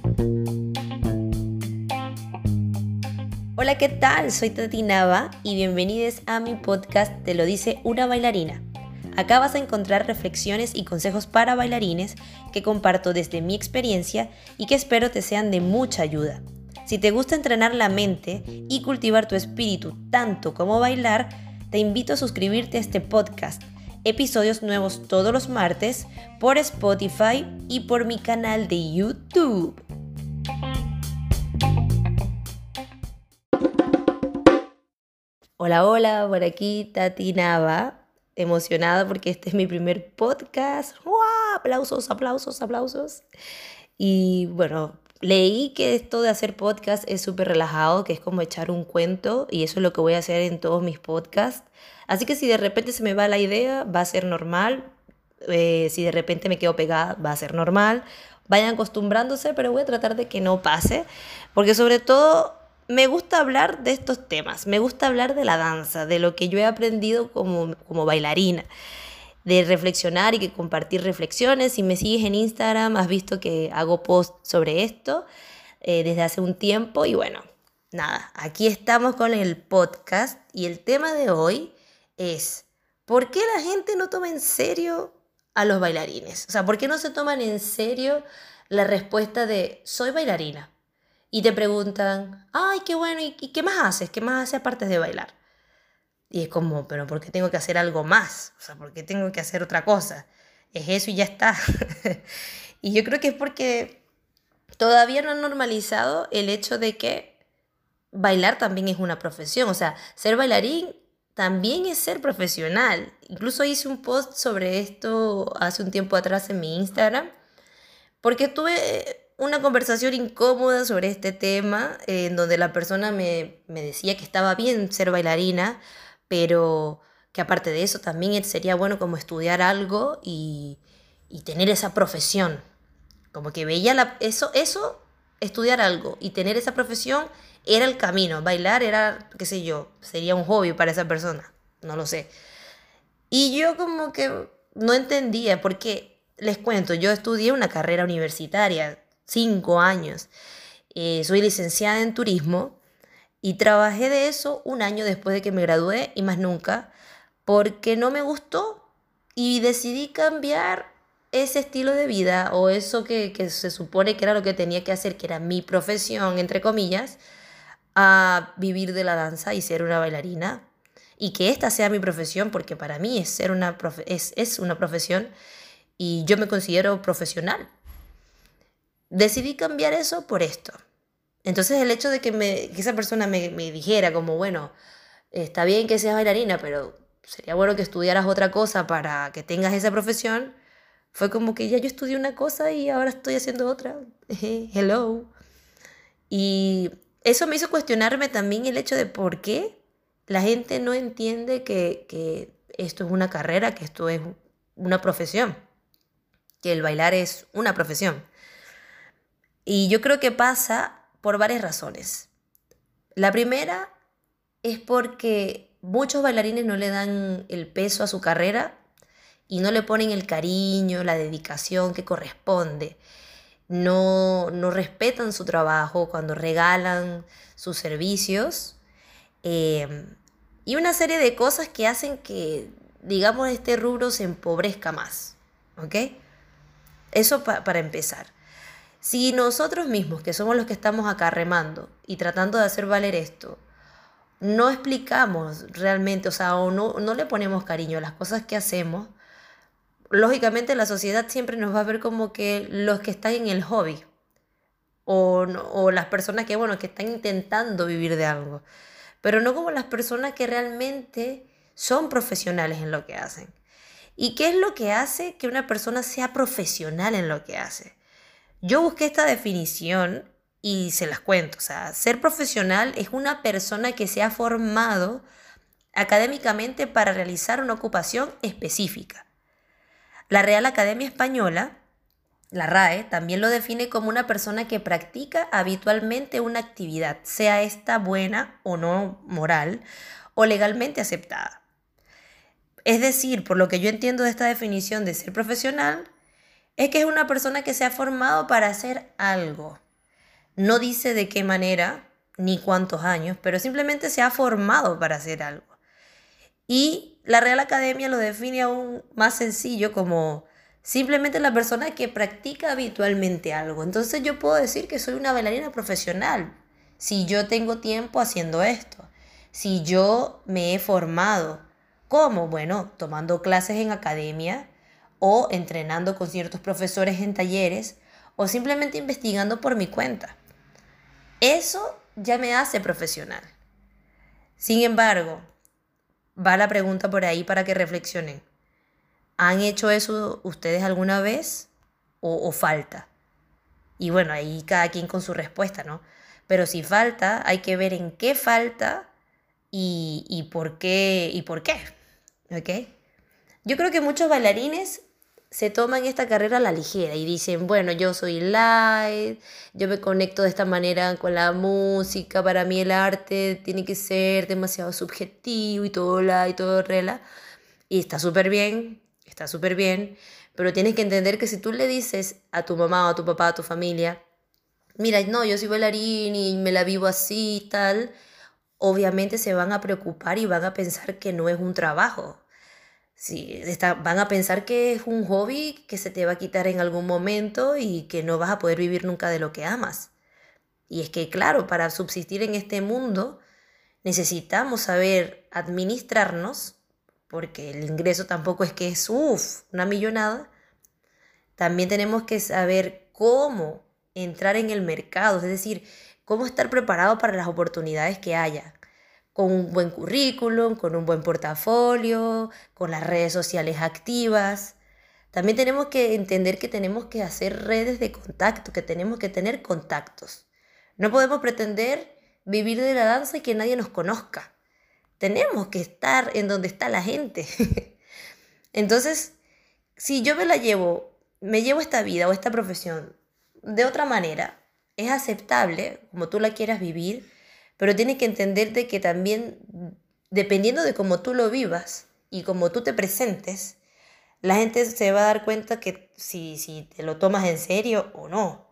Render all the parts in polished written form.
Hola, ¿qué tal? Soy Tati Nava y bienvenidos a mi podcast Te lo dice una bailarina. Acá vas a encontrar reflexiones y consejos para bailarines que comparto desde mi experiencia y que espero te sean de mucha ayuda. Si te gusta entrenar la mente y cultivar tu espíritu tanto como bailar, te invito a suscribirte a este podcast. Episodios nuevos todos los martes por Spotify y por mi canal de YouTube. Hola, por aquí Tati Nava, emocionada porque este es mi primer podcast. ¡Wow! Aplausos. Y bueno, leí que esto de hacer podcast es súper relajado, que es como echar un cuento y eso es lo que voy a hacer en todos mis podcasts. Así que si de repente se me va la idea, va a ser normal. Si de repente me quedo pegada, va a ser normal. Vayan acostumbrándose, pero voy a tratar de que no pase, porque sobre todo me gusta hablar de estos temas, me gusta hablar de la danza, de lo que yo he aprendido como bailarina, de reflexionar y que compartir reflexiones. Si me sigues en Instagram, has visto que hago posts sobre esto desde hace un tiempo y bueno, nada, aquí estamos con el podcast y el tema de hoy es ¿por qué la gente no toma en serio a los bailarines? O sea, ¿por qué no se toman en serio la respuesta de soy bailarina? Y te preguntan, ay, qué bueno, ¿y qué más haces? ¿Qué más haces aparte de bailar? Y es como, pero ¿por qué tengo que hacer algo más? O sea, ¿por qué tengo que hacer otra cosa? Es eso y ya está. Y yo creo que es porque todavía no han normalizado el hecho de que bailar también es una profesión. O sea, ser bailarín también es ser profesional. Incluso hice un post sobre esto hace un tiempo atrás en mi Instagram porque tuve una conversación incómoda sobre este tema, en donde la persona me decía que estaba bien ser bailarina, pero que aparte de eso también sería bueno como estudiar algo y tener esa profesión. Como que veía eso, estudiar algo y tener esa profesión era el camino. Bailar era, qué sé yo, sería un hobby para esa persona. No lo sé. Y yo como que no entendía, porque les cuento, yo estudié una carrera universitaria, 5 años. Soy licenciada en turismo y trabajé de eso un año después de que me gradué y más nunca, porque no me gustó y decidí cambiar ese estilo de vida o eso que se supone que era lo que tenía que hacer, que era mi profesión, entre comillas, a vivir de la danza y ser una bailarina y que esta sea mi profesión, porque para mí es una profesión y yo me considero profesional. Decidí cambiar eso por esto. Entonces el hecho de que esa persona me dijera como, bueno, está bien que seas bailarina, pero sería bueno que estudiaras otra cosa para que tengas esa profesión, fue como que ya yo estudié una cosa y ahora estoy haciendo otra. Hello. Y eso me hizo cuestionarme también el hecho de por qué la gente no entiende que esto es una carrera, que esto es una profesión, que el bailar es una profesión. Y yo creo que pasa por varias razones. La primera es porque muchos bailarines no le dan el peso a su carrera y no le ponen el cariño, la dedicación que corresponde. No respetan su trabajo cuando regalan sus servicios, eh, y una serie de cosas que hacen que, digamos, este rubro se empobrezca más. ¿Ok? Eso para empezar. Si nosotros mismos, que somos los que estamos acá remando y tratando de hacer valer esto, no explicamos realmente, o sea, o no le ponemos cariño a las cosas que hacemos, lógicamente la sociedad siempre nos va a ver como que los que están en el hobby o las personas que, bueno, que están intentando vivir de algo, pero no como las personas que realmente son profesionales en lo que hacen. ¿Y qué es lo que hace que una persona sea profesional en lo que hace? Yo busqué esta definición y se las cuento. O sea, ser profesional es una persona que se ha formado académicamente para realizar una ocupación específica. La Real Academia Española, la RAE, también lo define como una persona que practica habitualmente una actividad, sea esta buena o no moral o legalmente aceptada. Es decir, por lo que yo entiendo de esta definición de ser profesional, es que es una persona que se ha formado para hacer algo. No dice de qué manera ni cuántos años, pero simplemente se ha formado para hacer algo. Y la Real Academia lo define aún más sencillo como simplemente la persona que practica habitualmente algo. Entonces yo puedo decir que soy una bailarina profesional si yo tengo tiempo haciendo esto, si yo me he formado. ¿Cómo? Bueno, tomando clases en academia o entrenando con ciertos profesores en talleres o simplemente investigando por mi cuenta. Eso ya me hace profesional. Sin embargo, va la pregunta por ahí para que reflexionen. ¿Han hecho eso ustedes alguna vez o falta? Y bueno, ahí cada quien con su respuesta, ¿no? Pero si falta, hay que ver en qué falta y por qué y por qué. ¿Ok? Yo creo que muchos bailarines se toman esta carrera a la ligera y dicen, bueno, yo soy light, yo me conecto de esta manera con la música, para mí el arte tiene que ser demasiado subjetivo y todo light y todo rela. Y está súper bien, pero tienes que entender que si tú le dices a tu mamá o a tu papá, a tu familia, mira, no, yo soy bailarín y me la vivo así y tal, obviamente se van a preocupar y van a pensar que no es un trabajo. Sí, van a pensar que es un hobby que se te va a quitar en algún momento y que no vas a poder vivir nunca de lo que amas. Y es que, claro, para subsistir en este mundo necesitamos saber administrarnos, porque el ingreso tampoco es que es, una millonada. También tenemos que saber cómo entrar en el mercado, es decir, cómo estar preparado para las oportunidades que haya, con un buen currículum, con un buen portafolio, con las redes sociales activas. También tenemos que entender que tenemos que hacer redes de contacto, que tenemos que tener contactos. No podemos pretender vivir de la danza y que nadie nos conozca. Tenemos que estar en donde está la gente. Entonces, si yo me llevo esta vida o esta profesión de otra manera, es aceptable, como tú la quieras vivir, pero tienes que entenderte que también, dependiendo de cómo tú lo vivas y cómo tú te presentes, la gente se va a dar cuenta que si te lo tomas en serio o no.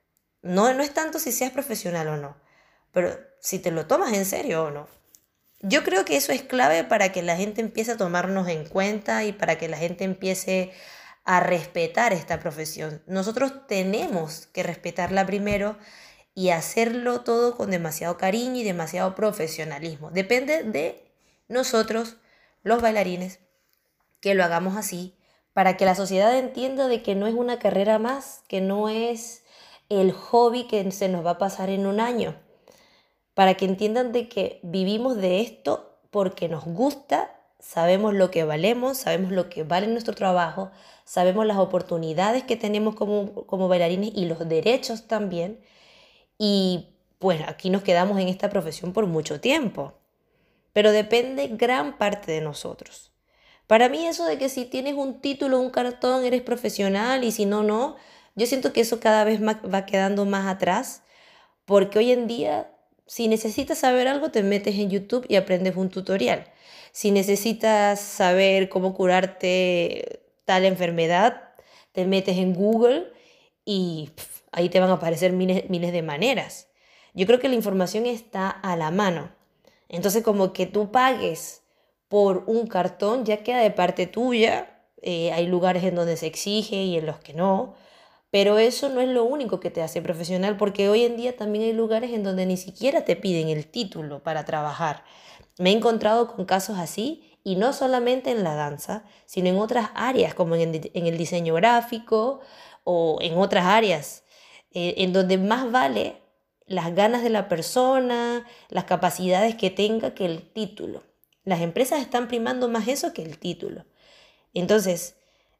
No es tanto si seas profesional o no, pero si te lo tomas en serio o no. Yo creo que eso es clave para que la gente empiece a tomarnos en cuenta y para que la gente empiece a respetar esta profesión. Nosotros tenemos que respetarla primero y hacerlo todo con demasiado cariño y demasiado profesionalismo. Depende de nosotros, los bailarines, que lo hagamos así, para que la sociedad entienda de que no es una carrera más, que no es el hobby que se nos va a pasar en un año, para que entiendan de que vivimos de esto porque nos gusta, sabemos lo que valemos, sabemos lo que vale nuestro trabajo, sabemos las oportunidades que tenemos como bailarines y los derechos también. Y pues aquí nos quedamos en esta profesión por mucho tiempo. Pero depende gran parte de nosotros. Para mí eso de que si tienes un título, un cartón, eres profesional y si no, no, yo siento que eso cada vez va quedando más atrás porque hoy en día, si necesitas saber algo, te metes en YouTube y aprendes un tutorial. Si necesitas saber cómo curarte tal enfermedad, te metes en Google y ahí te van a aparecer miles de maneras. Yo creo que la información está a la mano. Entonces, como que tú pagues por un cartón, ya queda de parte tuya. Hay lugares en donde se exige y en los que no. Pero eso no es lo único que te hace profesional, porque hoy en día también hay lugares en donde ni siquiera te piden el título para trabajar. Me he encontrado con casos así, y no solamente en la danza, sino en otras áreas, como en el diseño gráfico o en otras áreas, en donde más vale las ganas de la persona, las capacidades que tenga que el título. Las empresas están primando más eso que el título. Entonces,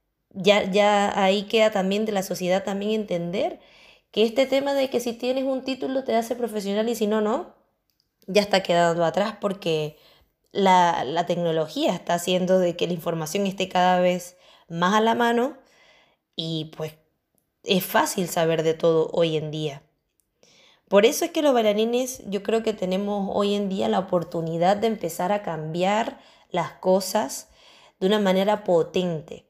ya ahí queda también de la sociedad también entender que este tema de que si tienes un título te hace profesional y si no, no, ya está quedando atrás porque la tecnología está haciendo de que la información esté cada vez más a la mano y pues es fácil saber de todo hoy en día. Por eso es que los bailarines yo creo que tenemos hoy en día la oportunidad de empezar a cambiar las cosas de una manera potente.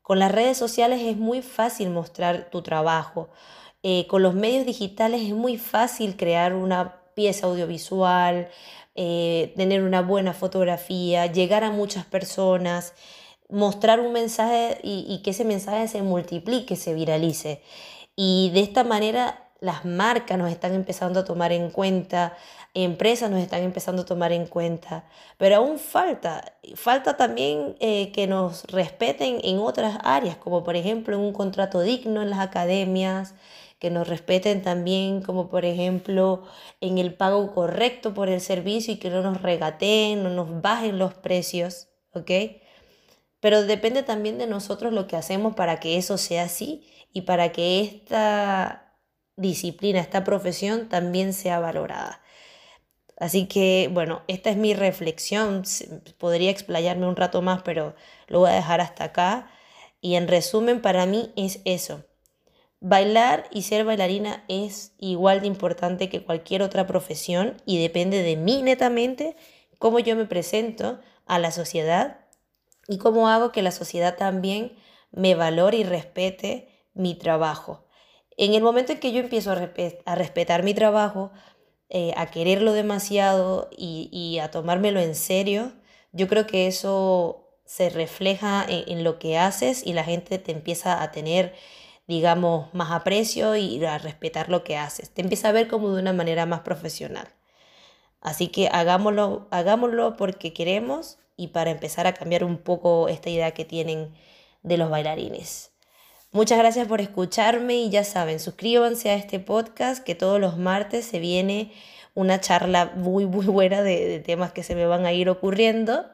Con las redes sociales es muy fácil mostrar tu trabajo. Con los medios digitales es muy fácil crear una pieza audiovisual, tener una buena fotografía, llegar a muchas personas, mostrar un mensaje y que ese mensaje se multiplique, se viralice. Y de esta manera las marcas nos están empezando a tomar en cuenta, empresas nos están empezando a tomar en cuenta, pero aún falta también que nos respeten en otras áreas, como por ejemplo un contrato digno en las academias, que nos respeten también como por ejemplo en el pago correcto por el servicio y que no nos regateen, no nos bajen los precios, ¿ok? Pero depende también de nosotros lo que hacemos para que eso sea así y para que esta disciplina, esta profesión también sea valorada. Así que, bueno, esta es mi reflexión. Podría explayarme un rato más, pero lo voy a dejar hasta acá. Y en resumen, para mí es eso. Bailar y ser bailarina es igual de importante que cualquier otra profesión y depende de mí netamente cómo yo me presento a la sociedad y cómo hago que la sociedad también me valore y respete mi trabajo. En el momento en que yo empiezo a respetar mi trabajo, a quererlo demasiado y a tomármelo en serio, yo creo que eso se refleja en lo que haces y la gente te empieza a tener, digamos, más aprecio y a respetar lo que haces. Te empieza a ver como de una manera más profesional. Así que hagámoslo porque queremos y para empezar a cambiar un poco esta idea que tienen de los bailarines. Muchas gracias por escucharme y ya saben, suscríbanse a este podcast que todos los martes se viene una charla muy buena de temas que se me van a ir ocurriendo.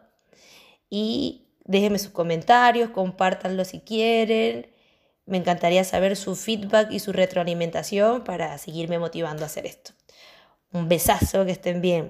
Y déjenme sus comentarios, compártanlo si quieren. Me encantaría saber su feedback y su retroalimentación para seguirme motivando a hacer esto. Un besazo, que estén bien.